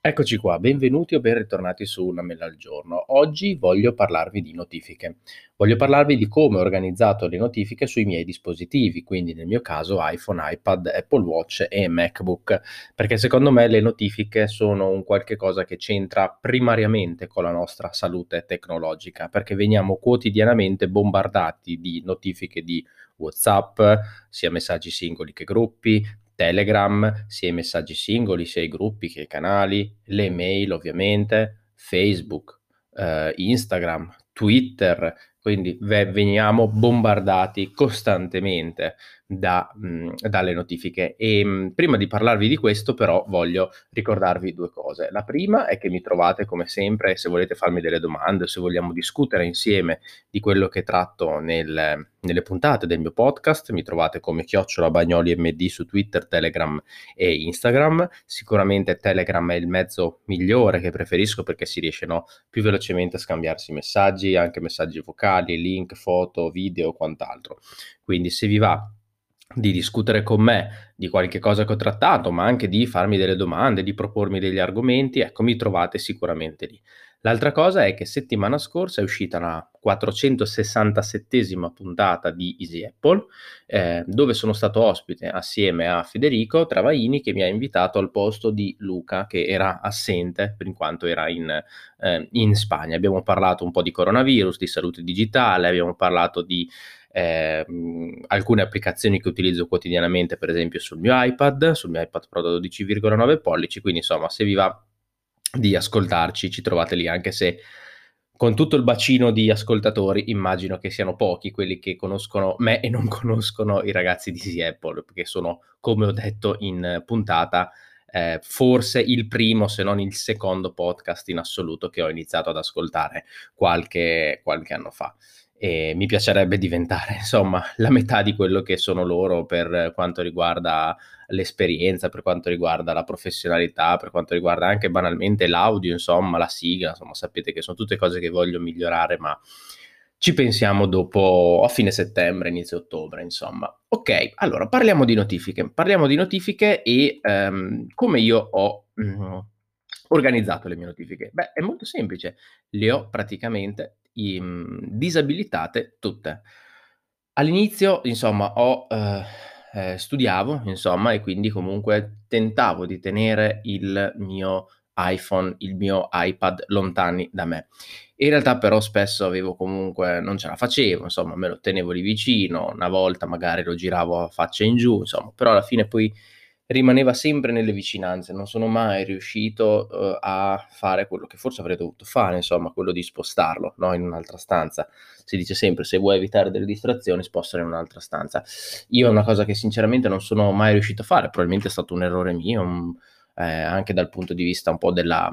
Eccoci qua, benvenuti o ben ritornati su Una Mela al Giorno. Oggi voglio parlarvi di notifiche. Voglio parlarvi di come ho organizzato le notifiche sui miei dispositivi, quindi nel mio caso iPhone, iPad, Apple Watch e MacBook, perché secondo me le notifiche sono un qualche cosa che c'entra primariamente con la nostra salute tecnologica, perché veniamo quotidianamente bombardati di notifiche di WhatsApp, sia messaggi singoli che gruppi, Telegram, sia i messaggi singoli, sia i gruppi che i canali, le mail ovviamente, Facebook, Instagram, Twitter, quindi veniamo bombardati costantemente dalle notifiche. Prima di parlarvi di questo però voglio ricordarvi due cose. La prima è che mi trovate come sempre, se volete farmi delle domande o se vogliamo discutere insieme di quello che tratto nelle puntate del mio podcast, mi trovate come @BagnoliMD su Twitter, Telegram e Instagram. Sicuramente Telegram è il mezzo migliore che preferisco perché si riesce, no, più velocemente a scambiarsi messaggi, anche messaggi vocali, link, foto, video, quant'altro. Quindi se vi va di discutere con me di qualche cosa che ho trattato, ma anche di farmi delle domande, di propormi degli argomenti, ecco, mi trovate sicuramente lì. L'altra cosa è che settimana scorsa è uscita la 467esima puntata di Easy Apple, dove sono stato ospite assieme a Federico Travaini, che mi ha invitato al posto di Luca, che era assente per in quanto era in Spagna. Abbiamo parlato un po' di coronavirus, di salute digitale, abbiamo parlato di alcune applicazioni che utilizzo quotidianamente, per esempio sul mio iPad Pro da 12,9 pollici, quindi insomma se vi va di ascoltarci ci trovate lì, anche se con tutto il bacino di ascoltatori immagino che siano pochi quelli che conoscono me e non conoscono i ragazzi di Easy Apple, perché sono, come ho detto in puntata, forse il primo, se non il secondo podcast in assoluto che ho iniziato ad ascoltare qualche anno fa. E mi piacerebbe diventare, insomma, la metà di quello che sono loro per quanto riguarda l'esperienza, per quanto riguarda la professionalità, per quanto riguarda anche banalmente l'audio, insomma, la sigla, insomma, sapete che sono tutte cose che voglio migliorare, ma ci pensiamo dopo, a fine settembre, inizio ottobre, insomma. Ok, allora parliamo di notifiche e come io ho organizzato le mie notifiche. Beh, è molto semplice, le ho praticamente disabilitate tutte. All'inizio, insomma, studiavo, insomma, e quindi comunque tentavo di tenere il mio iPhone, il mio iPad lontani da me. In realtà però spesso avevo comunque non ce la facevo, insomma, me lo tenevo lì vicino, una volta magari lo giravo a faccia in giù, insomma, però alla fine poi rimaneva sempre nelle vicinanze, non sono mai riuscito, a fare quello che forse avrei dovuto fare, insomma, quello di spostarlo, no, in un'altra stanza. Si dice sempre: "Se vuoi evitare delle distrazioni, spostalo in un'altra stanza". Io è una cosa che sinceramente non sono mai riuscito a fare, probabilmente è stato un errore mio, anche dal punto di vista un po'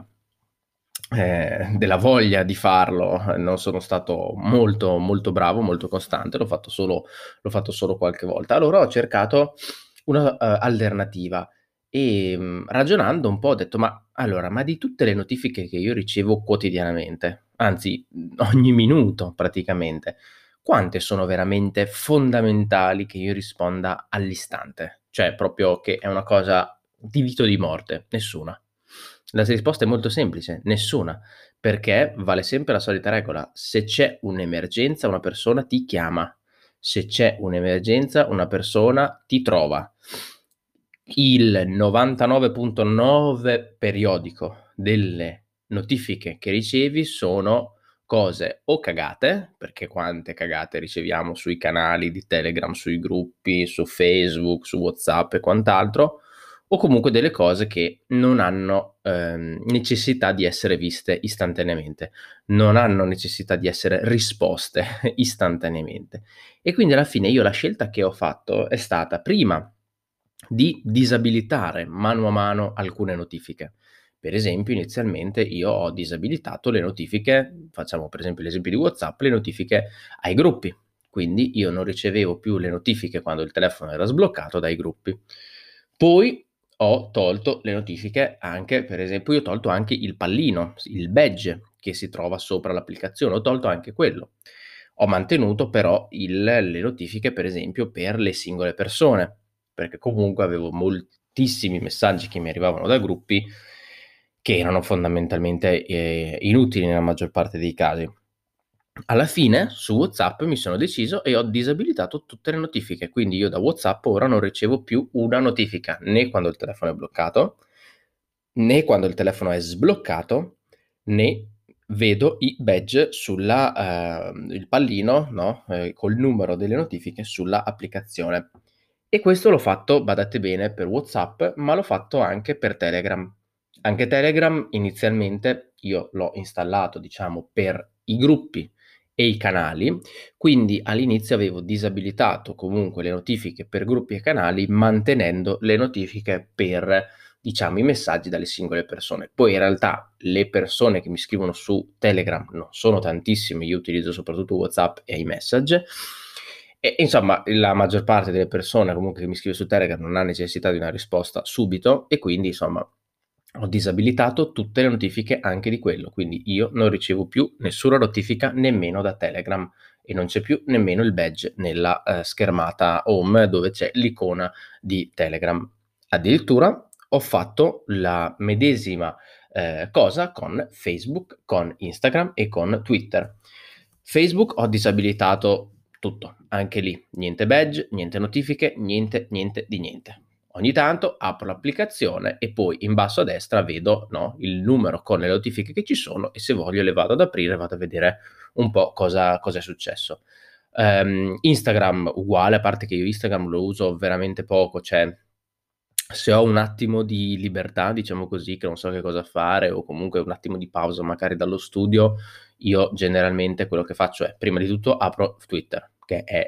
della voglia di farlo, non sono stato molto, molto bravo, molto costante, l'ho fatto solo qualche volta. Allora ho cercato una, alternativa e, ragionando un po' ho detto: "Ma allora, ma di tutte le notifiche che io ricevo quotidianamente, anzi, ogni minuto praticamente, quante sono veramente fondamentali che io risponda all'istante? Cioè proprio che è una cosa di vita o di morte? Nessuna". La risposta è molto semplice: nessuna, perché vale sempre la solita regola: se c'è un'emergenza una persona ti chiama, se c'è un'emergenza una persona ti trova. Il 99.9 periodico delle notifiche che ricevi sono cose o cagate, perché quante cagate riceviamo sui canali di Telegram, sui gruppi, su Facebook, su WhatsApp e quant'altro, o comunque delle cose che non hanno, necessità di essere viste istantaneamente, non hanno necessità di essere risposte istantaneamente. E quindi alla fine io la scelta che ho fatto è stata prima di disabilitare mano a mano alcune notifiche. Per esempio, inizialmente io ho disabilitato le notifiche, facciamo per esempio l'esempio di WhatsApp, le notifiche ai gruppi. Quindi io non ricevevo più le notifiche quando il telefono era sbloccato dai gruppi. Poi ho tolto le notifiche anche, per esempio, io ho tolto anche il pallino, il badge che si trova sopra l'applicazione, ho tolto anche quello. Ho mantenuto però le notifiche, per esempio, per le singole persone, perché comunque avevo moltissimi messaggi che mi arrivavano da gruppi che erano fondamentalmente, inutili nella maggior parte dei casi. Alla fine su WhatsApp mi sono deciso e ho disabilitato tutte le notifiche, quindi io da WhatsApp ora non ricevo più una notifica, né quando il telefono è bloccato, né quando il telefono è sbloccato, né vedo i badge sulla il pallino, no, col numero delle notifiche sulla applicazione. E questo l'ho fatto, badate bene, per WhatsApp, ma l'ho fatto anche per Telegram. Anche Telegram inizialmente io l'ho installato, diciamo, per i gruppi e i canali, quindi all'inizio avevo disabilitato comunque le notifiche per gruppi e canali, mantenendo le notifiche per, diciamo, i messaggi dalle singole persone. Poi in realtà le persone che mi scrivono su Telegram non sono tantissime, io utilizzo soprattutto WhatsApp e iMessage. E insomma, la maggior parte delle persone comunque che mi scrive su Telegram non ha necessità di una risposta subito e quindi insomma ho disabilitato tutte le notifiche anche di quello, quindi io non ricevo più nessuna notifica nemmeno da Telegram e non c'è più nemmeno il badge nella schermata home dove c'è l'icona di Telegram. Addirittura ho fatto la medesima cosa con Facebook, con Instagram e con Twitter. Facebook ho disabilitato tutto, anche lì niente badge, niente notifiche, niente, niente di niente. Ogni tanto apro l'applicazione e poi in basso a destra vedo, no, il numero con le notifiche che ci sono e se voglio le vado ad aprire, vado a vedere un po' cosa è successo. Instagram uguale, a parte che io Instagram lo uso veramente poco, cioè se ho un attimo di libertà, diciamo così, che non so che cosa fare o comunque un attimo di pausa magari dallo studio, io generalmente quello che faccio è, prima di tutto apro Twitter, che è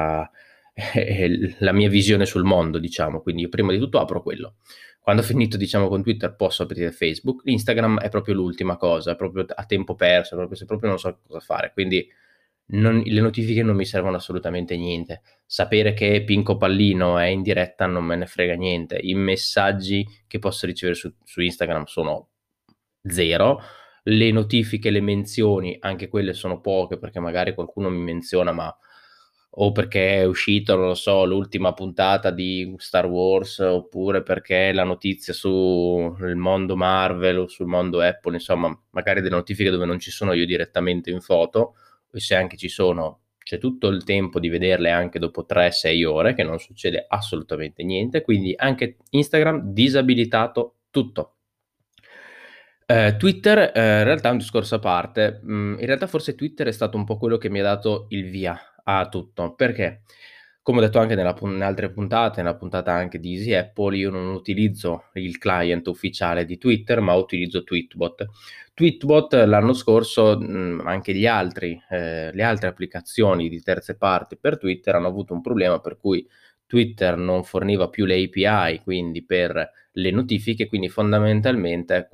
la mia visione sul mondo, diciamo, quindi io prima di tutto apro quello. Quando ho finito, diciamo, con Twitter posso aprire Facebook, Instagram è proprio l'ultima cosa, è proprio a tempo perso, proprio se proprio non so cosa fare, quindi le notifiche non mi servono assolutamente niente. Sapere che Pinco Pallino è in diretta non me ne frega niente. I messaggi che posso ricevere su Instagram sono 0. Le notifiche, le menzioni, anche quelle sono poche perché magari qualcuno mi menziona, ma o perché è uscita, non lo so, l'ultima puntata di Star Wars, oppure perché la notizia sul mondo Marvel o sul mondo Apple, insomma, magari delle notifiche dove non ci sono io direttamente in foto, e se anche ci sono, c'è tutto il tempo di vederle anche dopo 3-6 ore, che non succede assolutamente niente, quindi anche Instagram disabilitato tutto. Twitter, in realtà è un discorso a parte. In realtà forse Twitter è stato un po' quello che mi ha dato il via a tutto. Perché? Come ho detto anche in altre puntate, nella puntata anche di Easy Apple, io non utilizzo il client ufficiale di Twitter, ma utilizzo Tweetbot. Tweetbot l'anno scorso, anche le altre applicazioni di terze parti per Twitter hanno avuto un problema per cui Twitter non forniva più le API, quindi per le notifiche, quindi fondamentalmente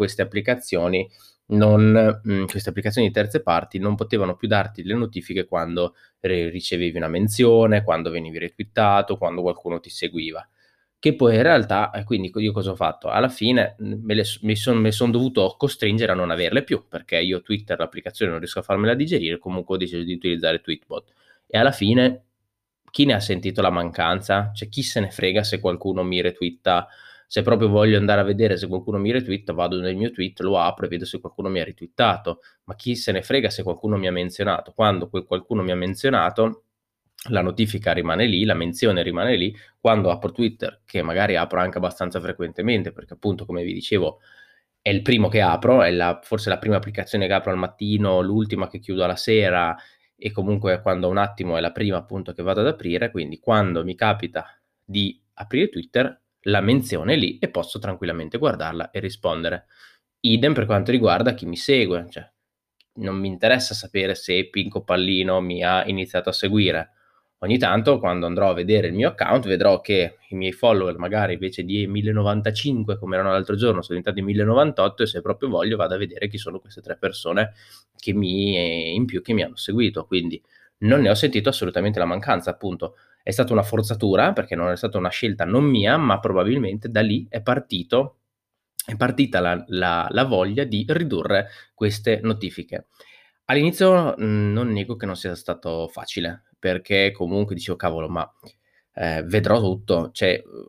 queste applicazioni di terze parti non potevano più darti le notifiche quando ricevevi una menzione, quando venivi retweetato, quando qualcuno ti seguiva. Che poi in realtà, quindi io cosa ho fatto? Alla fine mi son dovuto costringere a non averle più, perché io Twitter, l'applicazione, non riesco a farmela digerire, comunque ho deciso di utilizzare Tweetbot. E alla fine chi ne ha sentito la mancanza? Cioè, chi se ne frega se qualcuno mi retweeta? Se proprio voglio andare a vedere se qualcuno mi retweeta, vado nel mio tweet, lo apro e vedo se qualcuno mi ha retweetato. Ma chi se ne frega se qualcuno mi ha menzionato? Quando quel qualcuno mi ha menzionato, la notifica rimane lì, la menzione rimane lì. Quando apro Twitter, che magari apro anche abbastanza frequentemente, perché appunto, come vi dicevo, è il primo che apro, forse la prima applicazione che apro al mattino, l'ultima che chiudo alla sera, e comunque quando ho un attimo è la prima appunto che vado ad aprire, quindi quando mi capita di aprire Twitter, la menzione è lì e posso tranquillamente guardarla e rispondere. Idem per quanto riguarda chi mi segue, cioè non mi interessa sapere se Pinco Pallino mi ha iniziato a seguire. Ogni tanto quando andrò a vedere il mio account vedrò che i miei follower magari invece di 1095 come erano l'altro giorno sono diventati 1098 e se proprio voglio vado a vedere chi sono queste 3 persone in più che mi hanno seguito, quindi non ne ho sentito assolutamente la mancanza, appunto. È stata una forzatura perché non è stata una scelta non mia, ma probabilmente da lì è partita la voglia di ridurre queste notifiche. All'inizio, non nego che non sia stato facile, perché comunque dicevo: "Cavolo, ma, vedrò tutto." Cioè,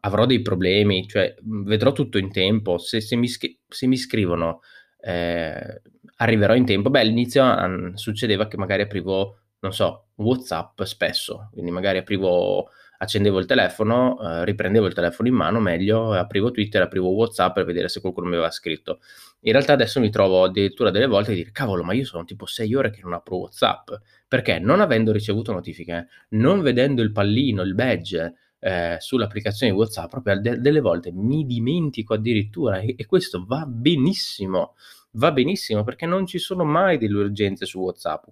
avrò dei problemi, cioè, vedrò tutto in tempo. Se mi scrivono, ehm, arriverò in tempo. Beh, all'inizio, succedeva che magari aprivo, non so, WhatsApp spesso, quindi magari accendevo il telefono, riprendevo il telefono in mano meglio, aprivo Twitter, aprivo WhatsApp per vedere se qualcuno mi aveva scritto. In realtà adesso mi trovo addirittura delle volte a dire: "Cavolo, ma io sono tipo 6 ore che non apro WhatsApp", perché non avendo ricevuto notifiche, non vedendo il pallino, il badge, sull'applicazione di WhatsApp, proprio delle volte mi dimentico addirittura, e questo va benissimo perché non ci sono mai delle urgenze su WhatsApp.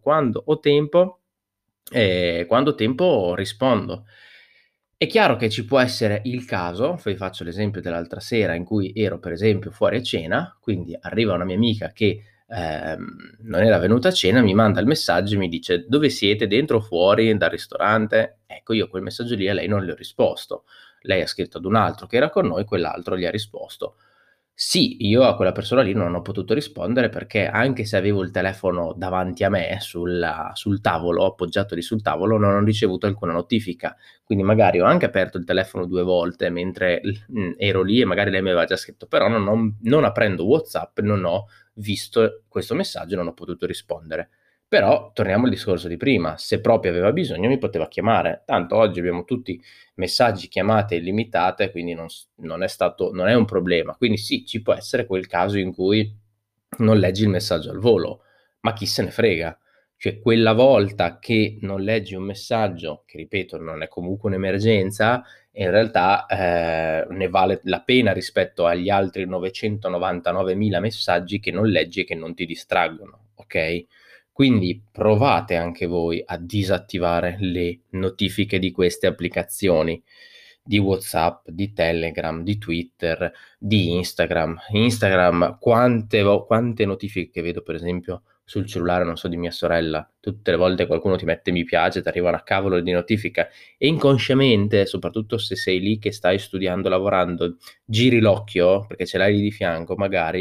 Quando ho tempo rispondo. È chiaro che ci può essere il caso, vi faccio l'esempio dell'altra sera in cui ero per esempio fuori a cena, quindi arriva una mia amica che, non era venuta a cena, mi manda il messaggio e mi dice: "Dove siete? Dentro o fuori dal ristorante?" Ecco, io quel messaggio lì a lei non le ho risposto. Lei ha scritto ad un altro che era con noi, quell'altro gli ha risposto. Sì, io a quella persona lì non ho potuto rispondere perché anche se avevo il telefono davanti a me sul tavolo, appoggiato lì sul tavolo, non ho ricevuto alcuna notifica. Quindi magari ho anche aperto il telefono 2 volte mentre ero lì e magari lei mi aveva già scritto, però non aprendo WhatsApp non ho visto questo messaggio e non ho potuto rispondere. Però torniamo al discorso di prima, se proprio aveva bisogno mi poteva chiamare. Tanto oggi abbiamo tutti messaggi, chiamate illimitate, quindi non è un problema. Quindi sì, ci può essere quel caso in cui non leggi il messaggio al volo, ma chi se ne frega. Cioè quella volta che non leggi un messaggio, che ripeto non è comunque un'emergenza, in realtà, ne vale la pena rispetto agli altri 999.000 messaggi che non leggi e che non ti distraggono, okay? Quindi provate anche voi a disattivare le notifiche di queste applicazioni, di WhatsApp, di Telegram, di Twitter, di Instagram. Instagram quante notifiche che vedo per esempio sul cellulare, non so, di mia sorella, tutte le volte qualcuno ti mette mi piace, t'arriva una cavolo di notifica e inconsciamente, soprattutto se sei lì che stai studiando, lavorando, giri l'occhio, perché ce l'hai lì di fianco,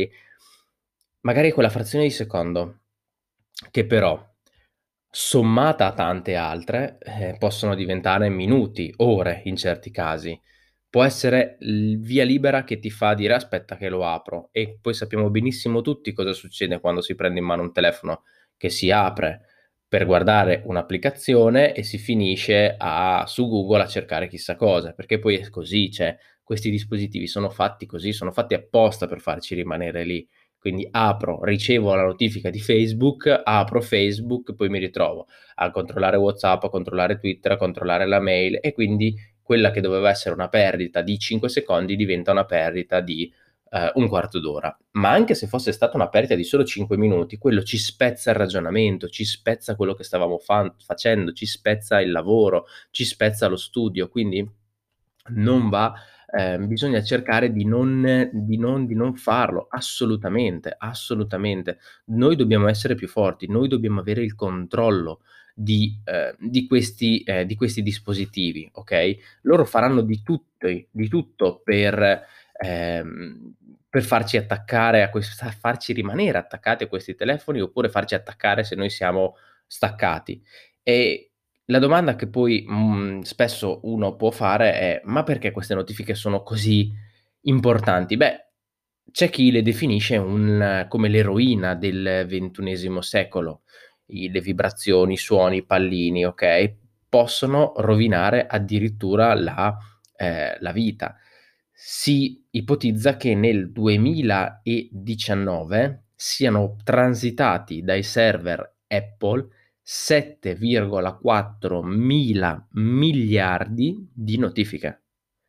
magari quella frazione di secondo che però, sommata a tante altre, possono diventare minuti, ore in certi casi. Può essere il via libera che ti fa dire: "Aspetta che lo apro", e poi sappiamo benissimo tutti cosa succede quando si prende in mano un telefono, che si apre per guardare un'applicazione e si finisce su Google a cercare chissà cosa, perché poi è così, cioè questi dispositivi sono fatti così, sono fatti apposta per farci rimanere lì. Quindi ricevo la notifica di Facebook, apro Facebook, poi mi ritrovo a controllare WhatsApp, a controllare Twitter, a controllare la mail e quindi quella che doveva essere una perdita di 5 secondi diventa una perdita di, un quarto d'ora. Ma anche se fosse stata una perdita di solo 5 minuti, quello ci spezza il ragionamento, ci spezza quello che stavamo facendo, ci spezza il lavoro, ci spezza lo studio, quindi non va, bisogna cercare di non farlo, assolutamente, assolutamente. Noi dobbiamo essere più forti, noi dobbiamo avere il controllo di questi dispositivi, okay? Loro faranno di tutto per farci attaccare farci rimanere attaccati a questi telefoni, oppure farci attaccare se noi siamo staccati. E la domanda che poi, spesso uno può fare è: "Ma perché queste notifiche sono così importanti?" Beh, c'è chi le definisce come l'eroina del XXI secolo. Le vibrazioni, i suoni, i pallini, okay, possono rovinare addirittura la vita. Si ipotizza che nel 2019 siano transitati dai server Apple 7,4 mila miliardi di notifiche.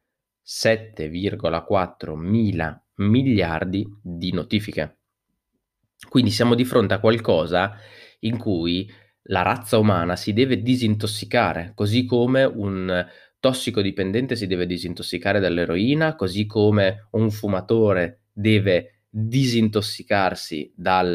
7,4 mila miliardi di notifiche. Quindi siamo di fronte a qualcosa in cui la razza umana si deve disintossicare, così come un tossicodipendente si deve disintossicare dall'eroina, così come un fumatore deve disintossicarsi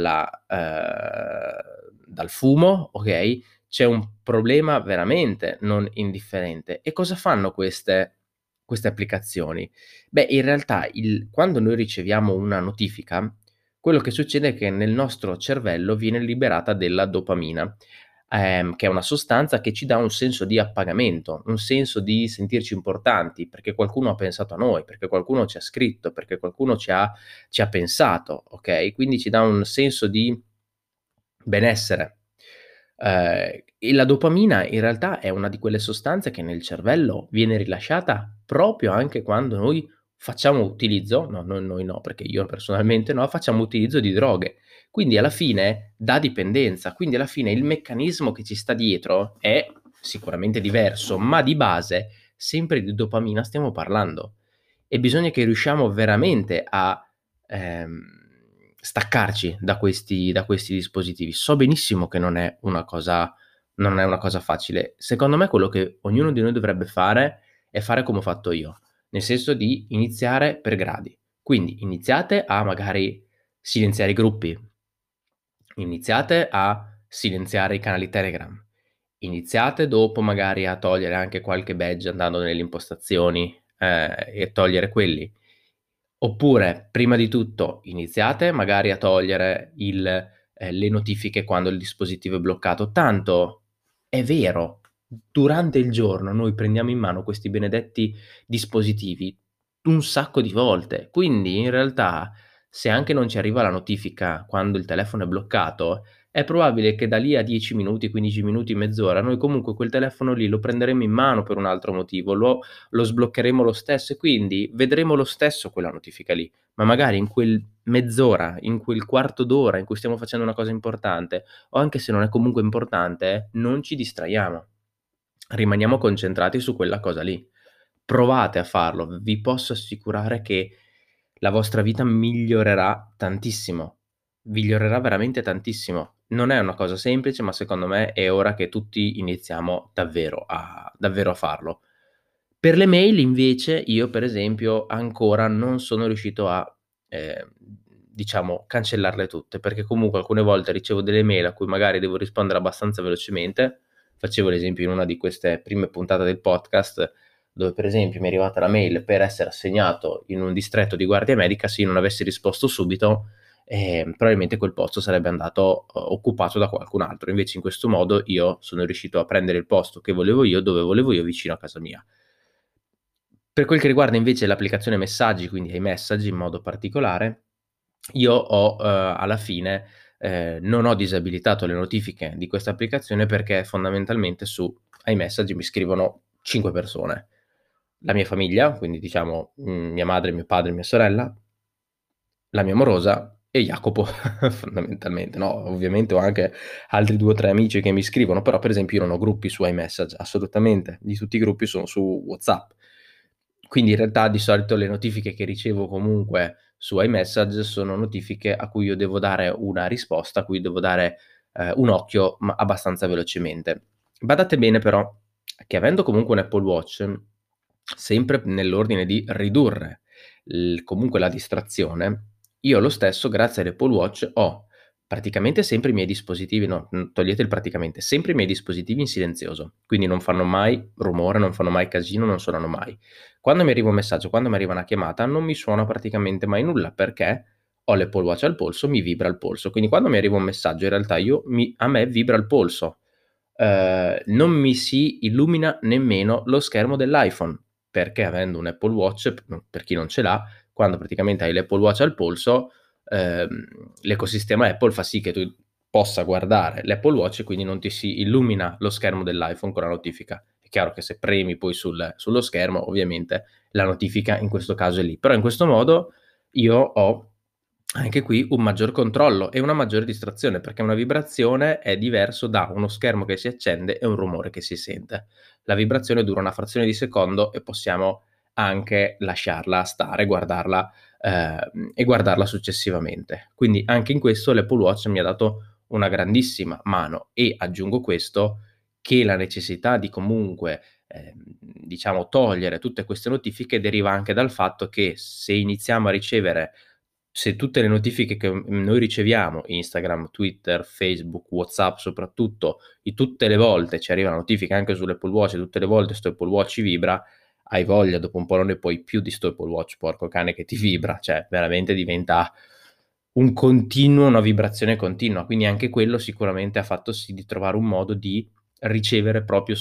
dal fumo, okay, c'è un problema veramente non indifferente. E cosa fanno queste applicazioni? Beh, in realtà quando noi riceviamo una notifica, quello che succede è che nel nostro cervello viene liberata della dopamina. che è una sostanza che ci dà un senso di appagamento, un senso di sentirci importanti, perché qualcuno ha pensato a noi, perché qualcuno ci ha scritto, perché qualcuno ci ha pensato, okay, quindi ci dà un senso di benessere. E la dopamina in realtà è una di quelle sostanze che nel cervello viene rilasciata proprio anche quando noi facciamo utilizzo, no, noi no, perché io personalmente no, facciamo utilizzo di droghe. Quindi alla fine dà dipendenza, quindi alla fine il meccanismo che ci sta dietro è sicuramente diverso, ma di base sempre di dopamina stiamo parlando. E bisogna che riusciamo veramente a, staccarci da questi dispositivi. So benissimo che non è una cosa facile. Secondo me quello che ognuno di noi dovrebbe fare è fare come ho fatto io, nel senso di iniziare per gradi. Quindi iniziate a magari silenziare i gruppi, iniziate a silenziare i canali Telegram, iniziate dopo magari a togliere anche qualche badge andando nelle impostazioni, e togliere quelli. Oppure, prima di tutto, iniziate magari a togliere le notifiche quando il dispositivo è bloccato. Tanto è vero, durante il giorno noi prendiamo in mano questi benedetti dispositivi un sacco di volte. Quindi in realtà, se anche non ci arriva la notifica quando il telefono è bloccato, è probabile che da lì a 10 minuti, 15 minuti, mezz'ora, noi comunque quel telefono lì lo prenderemo in mano per un altro motivo, lo sbloccheremo lo stesso e quindi vedremo lo stesso quella notifica lì, ma magari in quel mezz'ora, in quel quarto d'ora in cui stiamo facendo una cosa importante, o anche se non è comunque importante, non ci distraiamo. Rimaniamo concentrati su quella cosa lì. Provate a farlo, vi posso assicurare che la vostra vita migliorerà tantissimo, migliorerà veramente tantissimo. Non è una cosa semplice, ma secondo me è ora che tutti iniziamo davvero a farlo. Per le mail invece io per esempio ancora non sono riuscito a, diciamo cancellarle tutte, perché comunque alcune volte ricevo delle mail a cui magari devo rispondere abbastanza velocemente. Facevo l'esempio in una di queste prime puntate del podcast, dove per esempio mi è arrivata la mail per essere assegnato in un distretto di guardia medica, se io non avessi risposto subito, probabilmente quel posto sarebbe andato, occupato da qualcun altro. Invece in questo modo io sono riuscito a prendere il posto che volevo io, dove volevo io, vicino a casa mia. Per quel che riguarda invece l'applicazione messaggi, quindi iMessage in modo particolare, io ho, alla fine, non ho disabilitato le notifiche di questa applicazione perché fondamentalmente su iMessage mi scrivono 5 persone. La mia famiglia, quindi diciamo, mia madre, mio padre, mia sorella, la mia amorosa e Jacopo fondamentalmente, no, ovviamente ho anche altri 2 o 3 amici che mi scrivono, però per esempio io non ho gruppi su iMessage, assolutamente, di tutti i gruppi sono su WhatsApp. Quindi in realtà di solito le notifiche che ricevo comunque su iMessage sono notifiche a cui io devo dare una risposta, a cui devo dare, un occhio, ma abbastanza velocemente. Badate bene però che avendo comunque un Apple Watch, sempre nell'ordine di ridurre comunque la distrazione, io lo stesso grazie all'Apple Watch ho praticamente sempre i miei dispositivi no, togliete il praticamente, sempre i miei dispositivi in silenzioso, quindi non fanno mai rumore, non fanno mai casino, non suonano mai. Quando mi arriva un messaggio, quando mi arriva una chiamata, non mi suona praticamente mai nulla perché ho l'Apple Watch al polso, mi vibra il polso. Quindi quando mi arriva un messaggio in realtà a me vibra il polso. Non mi si illumina nemmeno lo schermo dell'iPhone, perché avendo un Apple Watch, per chi non ce l'ha, quando praticamente hai l'Apple Watch al polso, l'ecosistema Apple fa sì che tu possa guardare l'Apple Watch e quindi non ti si illumina lo schermo dell'iPhone con la notifica. È chiaro che se premi poi sullo schermo, ovviamente la notifica in questo caso è lì. Però in questo modo io ho anche qui un maggior controllo e una maggiore distrazione, perché una vibrazione è diverso da uno schermo che si accende e un rumore che si sente. La vibrazione dura una frazione di secondo e possiamo anche lasciarla stare, guardarla, e guardarla successivamente. Quindi anche in questo l'Apple Watch mi ha dato una grandissima mano e aggiungo questo, che la necessità di comunque, diciamo togliere tutte queste notifiche deriva anche dal fatto che se iniziamo a ricevere se tutte le notifiche che, noi riceviamo, Instagram, Twitter, Facebook, WhatsApp soprattutto, di tutte le volte ci arriva la notifica anche sull'Apple Watch e tutte le volte sto Apple Watch vibra, hai voglia, dopo un po' non ne puoi più di sto Apple Watch, porco cane che ti vibra, cioè veramente diventa una vibrazione continua, quindi anche quello sicuramente ha fatto sì di trovare un modo di ricevere proprio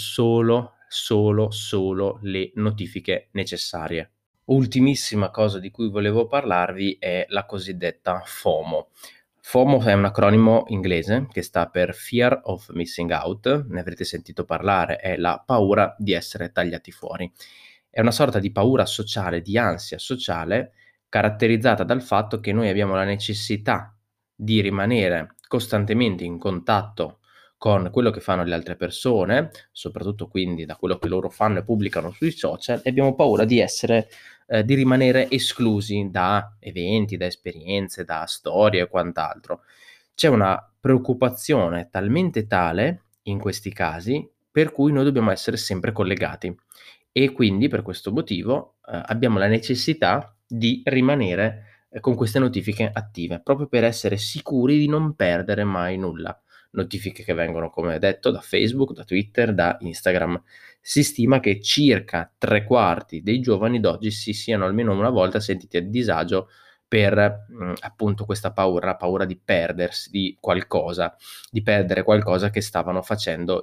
solo le notifiche necessarie. Ultimissima cosa di cui volevo parlarvi è la cosiddetta FOMO. FOMO è un acronimo inglese che sta per Fear of Missing Out, ne avrete sentito parlare, è la paura di essere tagliati fuori. È una sorta di paura sociale, di ansia sociale, caratterizzata dal fatto che noi abbiamo la necessità di rimanere costantemente in contatto con quello che fanno le altre persone, soprattutto quindi da quello che loro fanno e pubblicano sui social, e abbiamo paura di rimanere esclusi da eventi, da esperienze, da storie e quant'altro. C'è una preoccupazione talmente tale in questi casi per cui noi dobbiamo essere sempre collegati e quindi per questo motivo, abbiamo la necessità di rimanere, con queste notifiche attive, proprio per essere sicuri di non perdere mai nulla. Notifiche che vengono, come detto, da Facebook, da Twitter, da Instagram. Si stima che circa 3/4 dei giovani d'oggi si siano almeno una volta sentiti a disagio per, appunto questa paura, la paura di perdersi di qualcosa, di perdere qualcosa che stavano facendo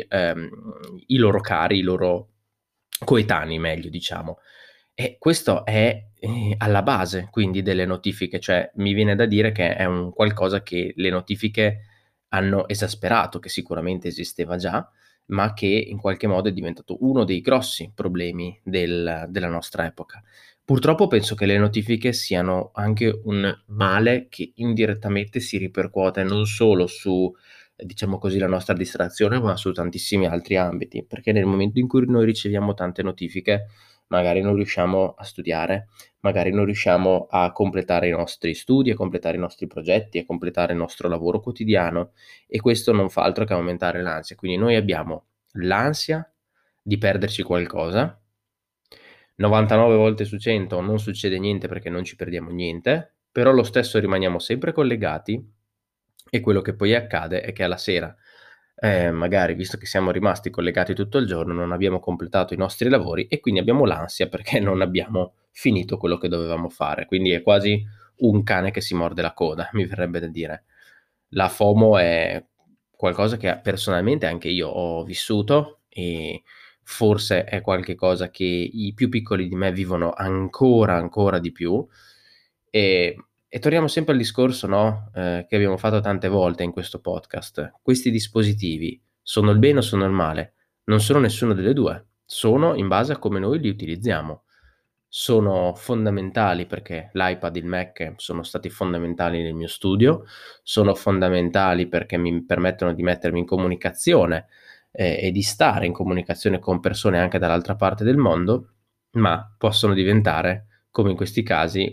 i loro cari, i loro coetanei meglio diciamo. E questo è, alla base quindi delle notifiche, cioè mi viene da dire che è un qualcosa che le notifiche hanno esasperato, che sicuramente esisteva già, ma che in qualche modo è diventato uno dei grossi problemi della nostra epoca. Purtroppo penso che le notifiche siano anche un male che indirettamente si ripercuote non solo su, diciamo così, la nostra distrazione, ma su tantissimi altri ambiti, perché nel momento in cui noi riceviamo tante notifiche, magari non riusciamo a studiare, magari non riusciamo a completare i nostri studi, a completare i nostri progetti, a completare il nostro lavoro quotidiano e questo non fa altro che aumentare l'ansia. Quindi noi abbiamo l'ansia di perderci qualcosa, 99 volte su 100 non succede niente perché non ci perdiamo niente, però lo stesso rimaniamo sempre collegati e quello che poi accade è che alla sera, magari visto che siamo rimasti collegati tutto il giorno, non abbiamo completato i nostri lavori e quindi abbiamo l'ansia perché non abbiamo finito quello che dovevamo fare. Quindi è quasi un cane che si morde la coda, mi verrebbe da dire. La FOMO è qualcosa che personalmente anche io ho vissuto e forse è qualche cosa che i più piccoli di me vivono ancora di più. E torniamo sempre al discorso, no, che abbiamo fatto tante volte in questo podcast. Questi dispositivi sono il bene o sono il male? Non sono nessuno delle 2, sono in base a come noi li utilizziamo. Sono fondamentali perché l'iPad, il Mac sono stati fondamentali nel mio studio, sono fondamentali perché mi permettono di mettermi in comunicazione, e di stare in comunicazione con persone anche dall'altra parte del mondo, ma possono diventare, come in questi casi,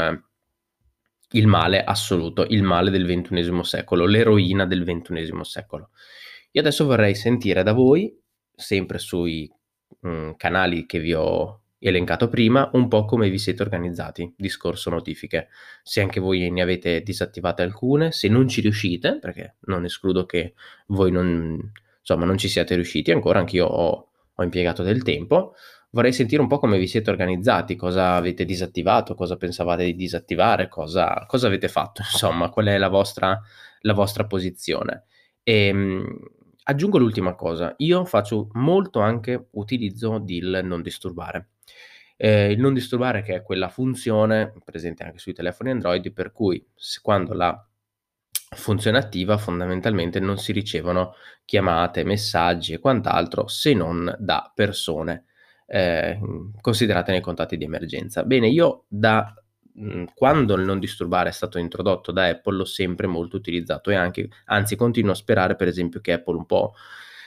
il male assoluto, il male del XXI secolo, l'eroina del XXI secolo. Io adesso vorrei sentire da voi, sempre sui, canali che vi ho elencato prima, un po' come vi siete organizzati, discorso notifiche. Se anche voi ne avete disattivate alcune, se non ci riuscite, perché non escludo che voi non ci siate riusciti ancora, anch'io ho impiegato del tempo. Vorrei sentire un po' come vi siete organizzati, cosa avete disattivato, cosa pensavate di disattivare, cosa avete fatto, insomma, qual è la vostra posizione. Ehm, Aggiungo l'ultima cosa, io faccio molto anche utilizzo del non disturbare. Il non disturbare che è quella funzione presente anche sui telefoni Android, per cui quando la funzione attiva fondamentalmente non si ricevono chiamate, messaggi e quant'altro se non da persone considerate nei contatti di emergenza. Bene, io quando il non disturbare è stato introdotto da Apple l'ho sempre molto utilizzato e anche anzi continuo a sperare per esempio che Apple un po'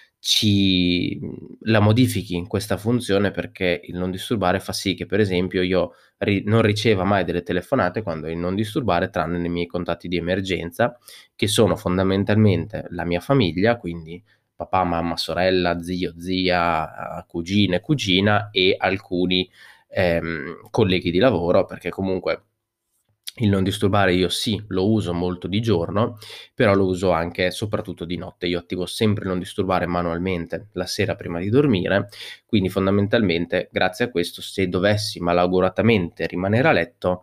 la modifichi questa funzione perché il non disturbare fa sì che per esempio io non riceva mai delle telefonate quando il non disturbare tranne nei miei contatti di emergenza, che sono fondamentalmente la mia famiglia, quindi papà, mamma, sorella, zio, zia, cugine, cugina e alcuni, colleghi di lavoro, perché comunque il non disturbare io sì, lo uso molto di giorno, però lo uso anche e soprattutto di notte. Io attivo sempre il non disturbare manualmente la sera prima di dormire, quindi fondamentalmente grazie a questo se dovessi malauguratamente rimanere a letto,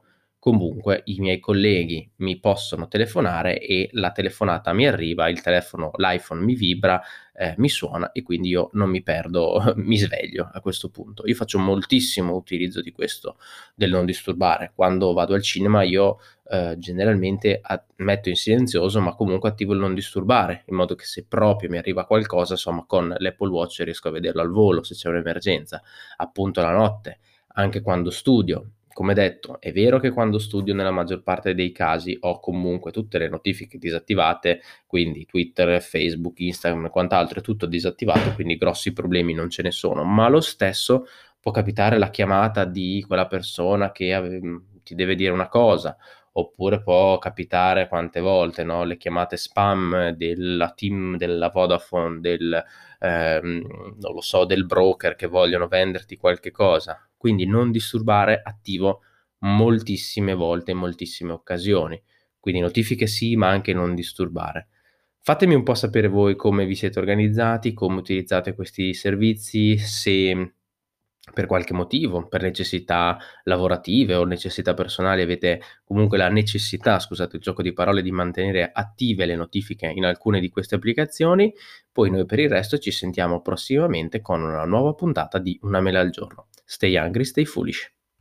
comunque i miei colleghi mi possono telefonare e la telefonata mi arriva, l'iPhone mi vibra, mi suona e quindi io non mi perdo mi sveglio a questo punto. Io faccio moltissimo utilizzo di questo, del non disturbare. Quando vado al cinema io, generalmente metto in silenzioso, ma comunque attivo il non disturbare, in modo che se proprio mi arriva qualcosa, insomma con l'Apple Watch riesco a vederlo al volo se c'è un'emergenza. Appunto la notte, anche quando studio. Come detto, è vero che quando studio nella maggior parte dei casi ho comunque tutte le notifiche disattivate, quindi Twitter, Facebook, Instagram e quant'altro è tutto disattivato, quindi grossi problemi non ce ne sono, ma lo stesso può capitare la chiamata di quella persona che ti deve dire una cosa, oppure può capitare quante volte, no, le chiamate spam della team della Vodafone, non lo so, del broker che vogliono venderti qualche cosa. Quindi non disturbare attivo moltissime volte, in moltissime occasioni. Quindi notifiche sì, ma anche non disturbare. Fatemi un po' sapere voi come vi siete organizzati, come utilizzate questi servizi, se per qualche motivo, per necessità lavorative o necessità personali avete comunque la necessità, scusate il gioco di parole, di mantenere attive le notifiche in alcune di queste applicazioni. Poi noi per il resto ci sentiamo prossimamente con una nuova puntata di Una mela al giorno. Stay hungry, stay foolish.